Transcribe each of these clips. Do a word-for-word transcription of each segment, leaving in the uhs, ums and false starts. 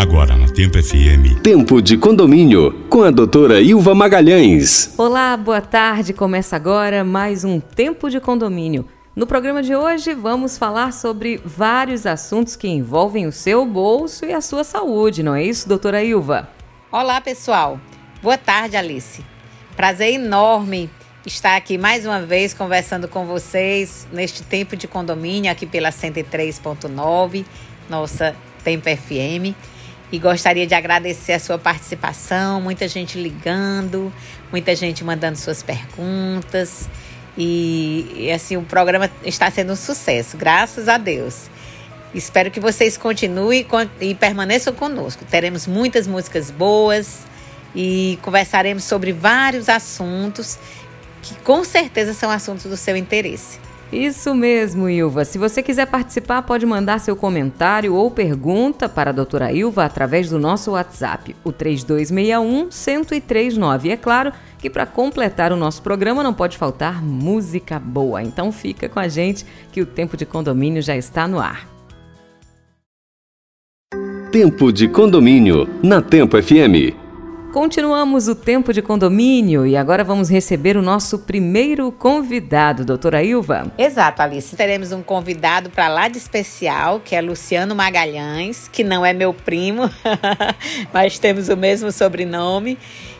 Agora na Tempo F M. Tempo de Condomínio, com a doutora Ilva Magalhães. Olá, boa tarde. Começa agora mais um Tempo de Condomínio. No programa de hoje vamos falar sobre vários assuntos que envolvem o seu bolso e a sua saúde, não é isso, doutora Ilva? Olá, pessoal. Boa tarde, Alice. Prazer enorme estar aqui mais uma vez conversando com vocês neste Tempo de Condomínio, aqui pela cento e três ponto nove, nossa Tempo F M. E gostaria de agradecer a sua participação, muita gente ligando, muita gente mandando suas perguntas. E, e assim, o programa está sendo um sucesso, graças a Deus. Espero que vocês continuem e permaneçam conosco. Teremos muitas músicas boas e conversaremos sobre vários assuntos que com certeza são assuntos do seu interesse. Isso mesmo, Ilva. Se você quiser participar, pode mandar seu comentário ou pergunta para a doutora Ilva através do nosso WhatsApp, o três dois seis um, um zero três nove. E é claro que para completar o nosso programa não pode faltar música boa. Então fica com a gente que o Tempo de Condomínio já está no ar. Tempo de Condomínio, na Tempo F M. Continuamos o Tempo de Condomínio e agora vamos receber o nosso primeiro convidado, doutora Ilva. Exato, Alice. Teremos um convidado para lá de especial, que é Luciano Magalhães, que não é meu primo, mas temos o mesmo sobrenome.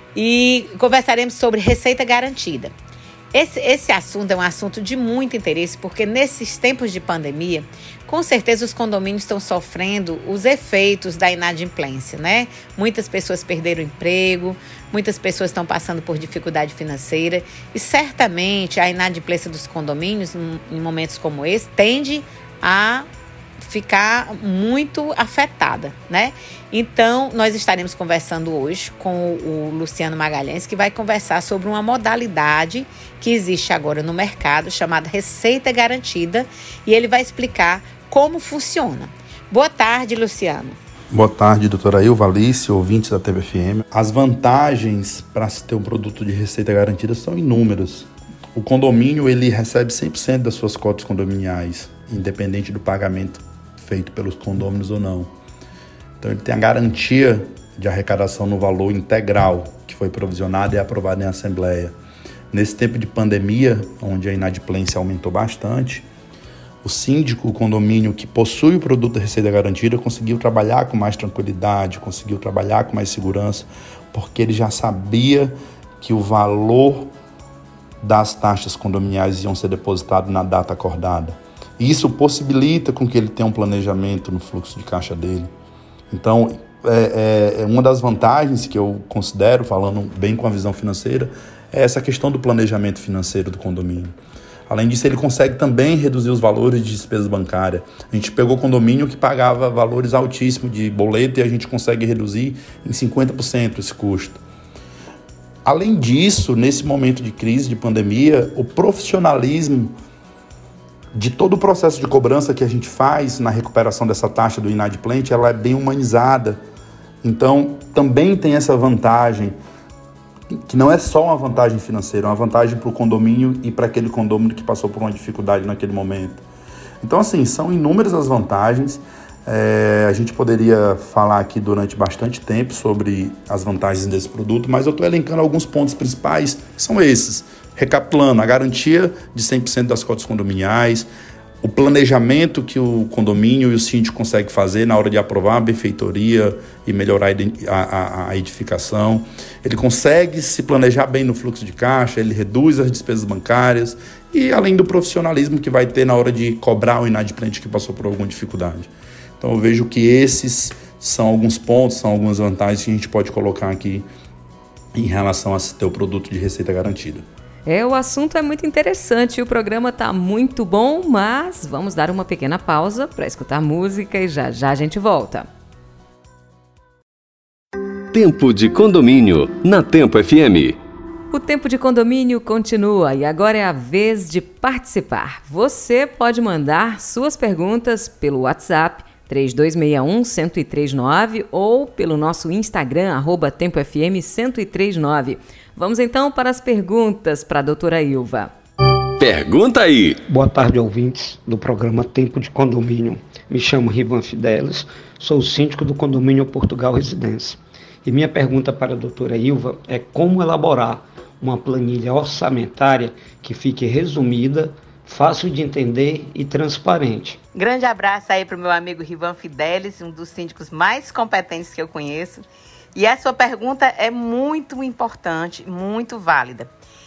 E conversaremos sobre receita garantida. Esse, esse assunto é um assunto de muito interesse, porque nesses tempos de pandemia, com certeza os condomínios estão sofrendo os efeitos da inadimplência, né? Muitas pessoas perderam o emprego, muitas pessoas estão passando por dificuldade financeira e certamente a inadimplência dos condomínios, em momentos como esse, tende a ficar muito afetada, né? Então, nós estaremos conversando hoje com o Luciano Magalhães, que vai conversar sobre uma modalidade que existe agora no mercado, chamada Receita Garantida, e ele vai explicar como funciona. Boa tarde, Luciano. Boa tarde, doutora Ilva, Alice, ouvintes da T V F M. As vantagens para se ter um produto de receita garantida são inúmeras. O condomínio, ele recebe cem por cento das suas cotas condominiais, independente do pagamento feito pelos condôminos ou não. Então ele tem a garantia de arrecadação no valor integral que foi provisionado e aprovado em assembleia. Nesse tempo de pandemia, onde a inadimplência aumentou bastante, o síndico, o condomínio que possui o produto da receita garantida conseguiu trabalhar com mais tranquilidade, conseguiu trabalhar com mais segurança, porque ele já sabia que o valor das taxas condominiais iam ser depositados na data acordada. E isso possibilita com que ele tenha um planejamento no fluxo de caixa dele. Então, é, é, uma das vantagens que eu considero, falando bem com a visão financeira, é essa questão do planejamento financeiro do condomínio. Além disso, ele consegue também reduzir os valores de despesas bancárias. A gente pegou condomínio que pagava valores altíssimos de boleto e a gente consegue reduzir em cinquenta por cento esse custo. Além disso, nesse momento de crise, de pandemia, o profissionalismo de todo o processo de cobrança que a gente faz na recuperação dessa taxa do inadimplente, ela é bem humanizada. Então, também tem essa vantagem, que não é só uma vantagem financeira, é uma vantagem para o condomínio e para aquele condomínio que passou por uma dificuldade naquele momento. Então, assim, são inúmeras as vantagens. É, a gente poderia falar aqui durante bastante tempo sobre as vantagens desse produto, mas eu estou elencando alguns pontos principais, que são esses. Recapitulando, a garantia de cem por cento das cotas condominiais, o planejamento que o condomínio e o síndico conseguem fazer na hora de aprovar a benfeitoria e melhorar a, a, a edificação. Ele consegue se planejar bem no fluxo de caixa, ele reduz as despesas bancárias e além do profissionalismo que vai ter na hora de cobrar o inadimplente que passou por alguma dificuldade. Então eu vejo que esses são alguns pontos, são algumas vantagens que a gente pode colocar aqui em relação a ter o produto de receita garantida. É, o assunto é muito interessante e o programa está muito bom, mas vamos dar uma pequena pausa para escutar música e já já a gente volta. Tempo de Condomínio, na Tempo F M. O Tempo de Condomínio continua e agora é a vez de participar. Você pode mandar suas perguntas pelo WhatsApp três dois seis um, um zero três nove ou pelo nosso Instagram, arroba Tempo F M um zero três nove. Vamos então para as perguntas para a doutora Ilva. Pergunta aí. Boa tarde, ouvintes do programa Tempo de Condomínio. Me chamo Rivan Fidelis, sou síndico do condomínio Portugal Residência. E minha pergunta para a doutora Ilva é como elaborar uma planilha orçamentária que fique resumida, fácil de entender e transparente. Grande abraço aí para o meu amigo Rivan Fidelis, um dos síndicos mais competentes que eu conheço. E a sua pergunta é muito importante, muito válida.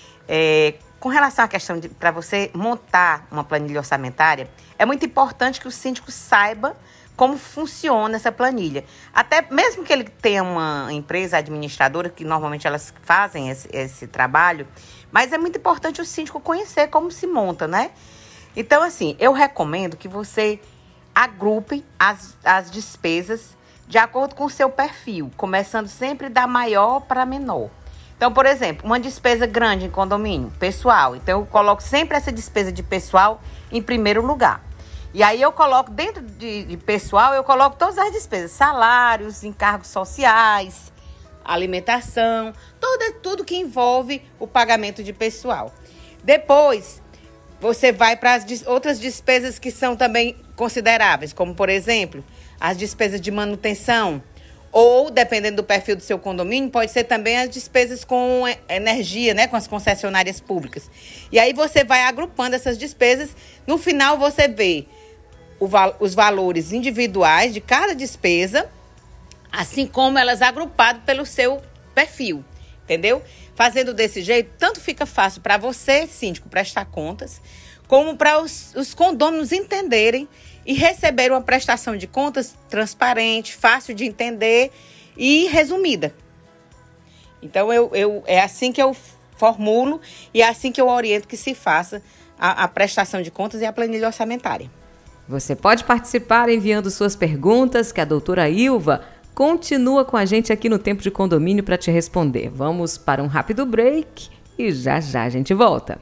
É, com relação à questão de para você montar uma planilha orçamentária, é muito importante que o síndico saiba como funciona essa planilha. Até mesmo que ele tenha uma empresa administradora, que normalmente elas fazem esse, esse trabalho, mas é muito importante o síndico conhecer como se monta, né? Então, assim, eu recomendo que você agrupe as, as despesas de acordo com o seu perfil, começando sempre da maior para menor. Então, por exemplo, uma despesa grande em condomínio, pessoal. Então, eu coloco sempre essa despesa de pessoal em primeiro lugar. E aí eu coloco dentro de, de pessoal, eu coloco todas as despesas, salários, encargos sociais, alimentação, tudo, tudo que envolve o pagamento de pessoal. Depois, você vai para as outras despesas que são também consideráveis, como, por exemplo, as despesas de manutenção, ou, dependendo do perfil do seu condomínio, pode ser também as despesas com energia, né, com as concessionárias públicas. E aí você vai agrupando essas despesas, no final você vê o, os valores individuais de cada despesa, assim como elas agrupadas pelo seu perfil, entendeu? Fazendo desse jeito, tanto fica fácil para você, síndico, prestar contas, como para os, os condôminos entenderem e receber uma prestação de contas transparente, fácil de entender e resumida. Então, eu, eu, é assim que eu formulo e é assim que eu oriento que se faça a, a prestação de contas e a planilha orçamentária. Você pode participar enviando suas perguntas, que a doutora Ilva continua com a gente aqui no Tempo de Condomínio para te responder. Vamos para um rápido break e já já a gente volta.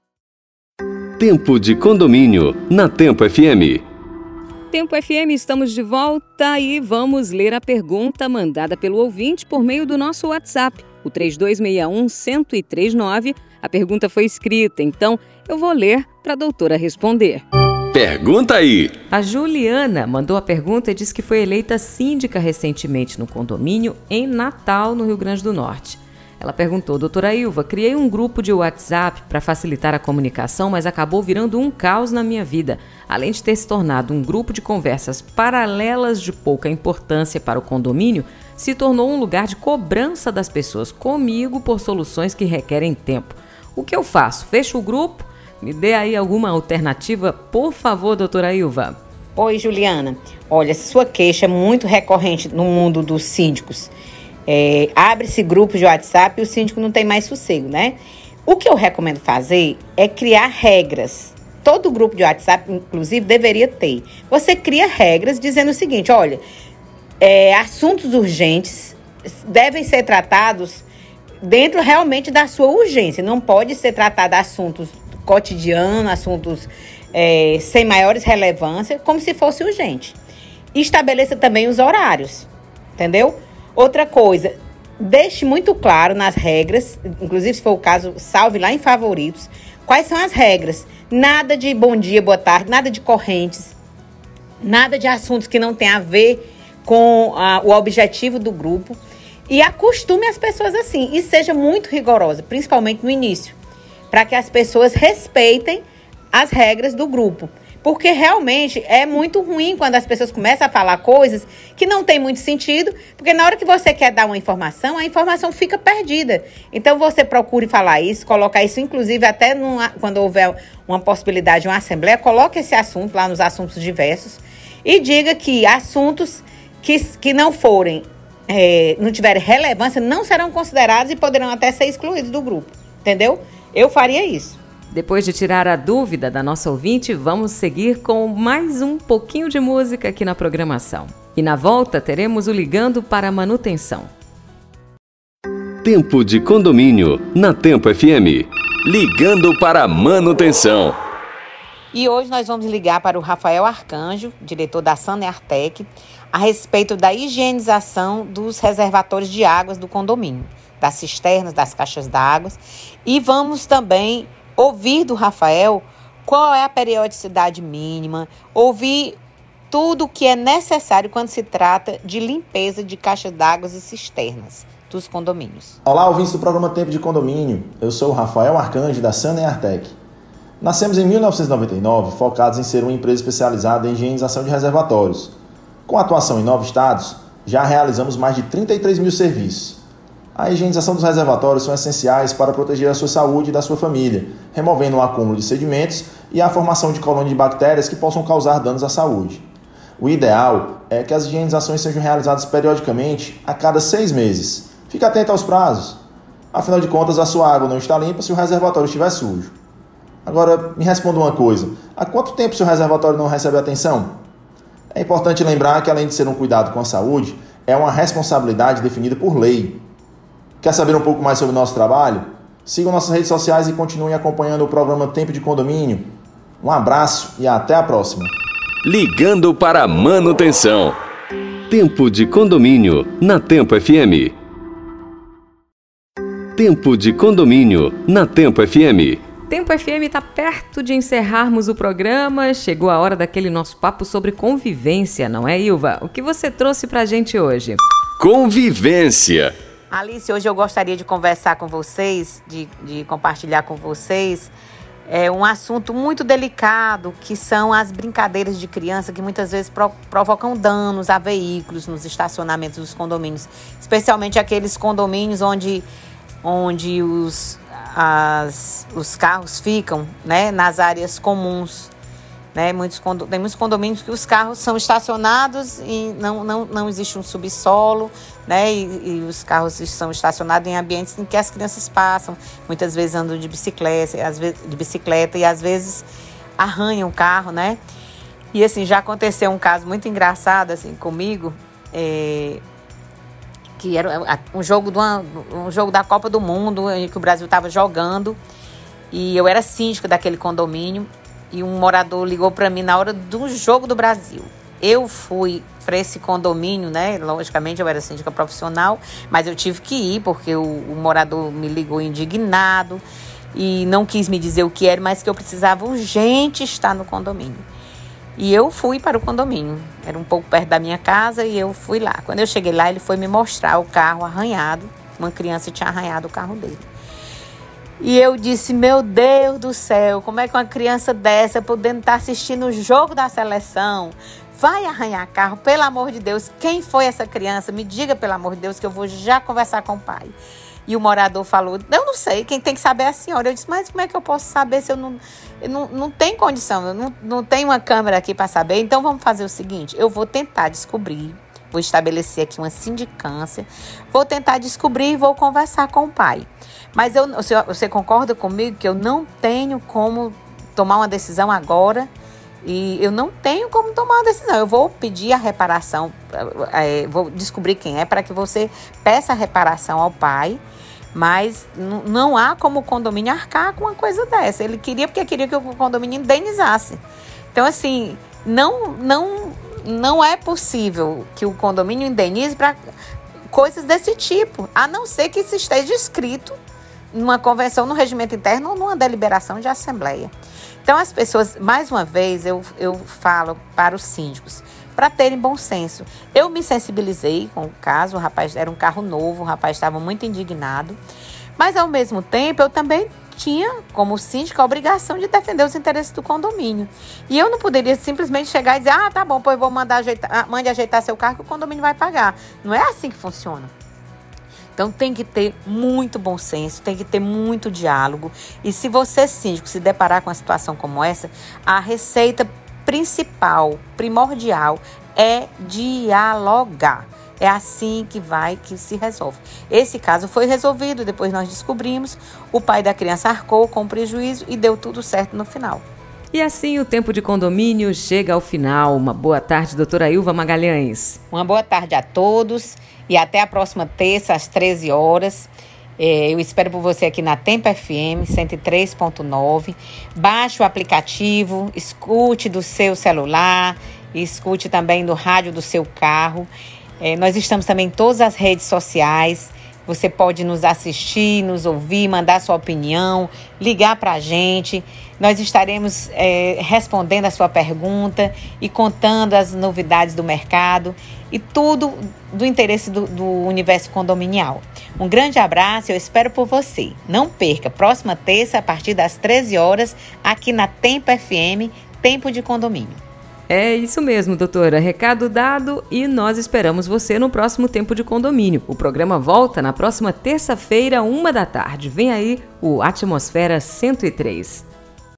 Tempo de Condomínio, na Tempo F M. Tempo F M, estamos de volta e vamos ler a pergunta mandada pelo ouvinte por meio do nosso WhatsApp, o três dois seis um, um zero três nove. A pergunta foi escrita, então eu vou ler para a doutora responder. Pergunta aí. A Juliana mandou a pergunta e disse que foi eleita síndica recentemente no condomínio em Natal, no Rio Grande do Norte. Ela perguntou: doutora Ilva, criei um grupo de WhatsApp para facilitar a comunicação, mas acabou virando um caos na minha vida. Além de ter se tornado um grupo de conversas paralelas de pouca importância para o condomínio, se tornou um lugar de cobrança das pessoas comigo por soluções que requerem tempo. O que eu faço? Fecho o grupo? Me dê aí alguma alternativa, por favor, doutora Ilva. Oi, Juliana. Olha, sua queixa é muito recorrente no mundo dos síndicos. É, abre-se grupo de WhatsApp e o síndico não tem mais sossego, né? O que eu recomendo fazer é criar regras. Todo grupo de WhatsApp, inclusive, deveria ter. Você cria regras dizendo o seguinte: olha, é, assuntos urgentes devem ser tratados dentro realmente da sua urgência. Não pode ser tratado assuntos cotidianos, assuntos é, sem maiores relevância, como se fosse urgente. Estabeleça também os horários, entendeu? Outra coisa, deixe muito claro nas regras, inclusive se for o caso, salve lá em favoritos, quais são as regras. Nada de bom dia, boa tarde, nada de correntes, nada de assuntos que não tem a ver com a, o objetivo do grupo. E acostume as pessoas assim, e seja muito rigorosa, principalmente no início, para que as pessoas respeitem as regras do grupo. Porque realmente é muito ruim quando as pessoas começam a falar coisas que não tem muito sentido, porque na hora que você quer dar uma informação, a informação fica perdida. Então você procure falar isso, colocar isso, inclusive até numa, quando houver uma possibilidade de uma assembleia, coloque esse assunto lá nos assuntos diversos e diga que assuntos que, que não forem, é, não tiverem relevância, não serão considerados e poderão até ser excluídos do grupo, entendeu? Eu faria isso. Depois de tirar a dúvida da nossa ouvinte, vamos seguir com mais um pouquinho de música aqui na programação. E na volta teremos o Ligando para a Manutenção. Tempo de Condomínio, na Tempo F M. Ligando para a Manutenção. E hoje nós vamos ligar para o Rafael Arcanjo, diretor da Saneartec, a respeito da higienização dos reservatórios de águas do condomínio, das cisternas, das caixas d'água. E vamos também ouvir do Rafael qual é a periodicidade mínima, ouvir tudo o que é necessário quando se trata de limpeza de caixas d'água e cisternas dos condomínios. Olá, ouvintes do programa Tempo de Condomínio. Eu sou o Rafael Arcanjo, da Saneartec. Nascemos em mil novecentos e noventa e nove, focados em ser uma empresa especializada em higienização de reservatórios. Com atuação em nove estados, já realizamos mais de trinta e três mil serviços. A higienização dos reservatórios são essenciais para proteger a sua saúde e da sua família, removendo o acúmulo de sedimentos e a formação de colônias de bactérias que possam causar danos à saúde. O ideal é que as higienizações sejam realizadas periodicamente a cada seis meses. Fique atento aos prazos. Afinal de contas, a sua água não está limpa se o reservatório estiver sujo. Agora, me responda uma coisa. Há quanto tempo seu reservatório não recebe atenção? É importante lembrar que, além de ser um cuidado com a saúde, é uma responsabilidade definida por lei. Quer saber um pouco mais sobre o nosso trabalho? Sigam nossas redes sociais e continuem acompanhando o programa Tempo de Condomínio. Um abraço e até a próxima. Ligando para a manutenção. Tempo de Condomínio, na Tempo F M. Tempo de Condomínio, na Tempo F M. Tempo F M está perto de encerrarmos o programa. Chegou a hora daquele nosso papo sobre convivência, não é, Ilva? O que você trouxe pra gente hoje? Convivência. Alice, hoje eu gostaria de conversar com vocês, de, de compartilhar com vocês é, um assunto muito delicado, que são as brincadeiras de criança que muitas vezes pro, provocam danos a veículos nos estacionamentos dos condomínios, especialmente aqueles condomínios onde, onde os, as, os carros ficam, né, nas áreas comuns. Né, muitos, tem muitos condomínios que os carros são estacionados e não, não, não existe um subsolo, né, e, e os carros são estacionados em ambientes em que as crianças passam, muitas vezes andam de bicicleta, às vezes, de bicicleta e às vezes arranham o carro, né? E assim, já aconteceu um caso muito engraçado assim, comigo, é, que era um jogo, do, um jogo da Copa do Mundo, em que o Brasil estava jogando, e eu era síndica daquele condomínio. E um morador ligou para mim na hora do jogo do Brasil. Eu fui para esse condomínio, né? Logicamente eu era síndica profissional, mas eu tive que ir porque o, o morador me ligou indignado e não quis me dizer o que era, mas que eu precisava urgente estar no condomínio. E eu fui para o condomínio. Era um pouco perto da minha casa e eu fui lá. Quando eu cheguei lá, ele foi me mostrar o carro arranhado. Uma criança tinha arranhado o carro dele. E eu disse, meu Deus do céu, como é que uma criança dessa, podendo estar assistindo o jogo da seleção, vai arranhar carro? Pelo amor de Deus, quem foi essa criança? Me diga, pelo amor de Deus, que eu vou já conversar com o pai. E o morador falou, eu não sei, quem tem que saber é a senhora. Eu disse, mas como é que eu posso saber se eu não... Eu não, não tem condição, eu não, não tenho uma câmera aqui para saber. Então vamos fazer o seguinte, eu vou tentar descobrir, vou estabelecer aqui uma sindicância, vou tentar descobrir e vou conversar com o pai. Mas eu, você, você concorda comigo que eu não tenho como tomar uma decisão agora? E eu não tenho como tomar uma decisão. Eu vou pedir a reparação, é, vou descobrir quem é, para que você peça a reparação ao pai. Mas n- não há como o condomínio arcar com uma coisa dessa. Ele queria porque queria que o condomínio indenizasse. Então, assim, não, não, não é possível que o condomínio indenize para coisas desse tipo, a não ser que isso esteja escrito numa convenção, no regimento interno ou numa deliberação de assembleia. Então, as pessoas, mais uma vez, eu, eu falo para os síndicos, para terem bom senso. Eu me sensibilizei com o caso, o rapaz era um carro novo, o rapaz estava muito indignado, mas, ao mesmo tempo, eu também tinha, como síndico, a obrigação de defender os interesses do condomínio. E eu não poderia simplesmente chegar e dizer, ah, tá bom, pois eu vou mandar ajeitar, mande ajeitar seu carro que o condomínio vai pagar. Não é assim que funciona. Então, tem que ter muito bom senso, tem que ter muito diálogo. E se você, síndico, se deparar com uma situação como essa, a receita principal, primordial, é dialogar. É assim que vai, que se resolve. Esse caso foi resolvido, depois nós descobrimos, o pai da criança arcou com prejuízo e deu tudo certo no final. E assim o Tempo de Condomínio chega ao final. Uma boa tarde, doutora Ilva Magalhães. Uma boa tarde a todos e até a próxima terça, às treze horas. Eu espero por você aqui na Tempo F M cento e três ponto nove. Baixe o aplicativo, escute do seu celular, escute também do rádio do seu carro. É, nós estamos também em todas as redes sociais. Você pode nos assistir, nos ouvir, mandar sua opinião, ligar para a gente. Nós estaremos é, respondendo a sua pergunta e contando as novidades do mercado e tudo do interesse do, do universo condominial. Um grande abraço, eu espero por você. Não perca, próxima terça, a partir das treze horas, aqui na Tempo F M, Tempo de Condomínio. É isso mesmo, doutora. Recado dado e nós esperamos você no próximo Tempo de Condomínio. O programa volta na próxima terça-feira, uma da tarde. Vem aí o Atmosfera cento e três.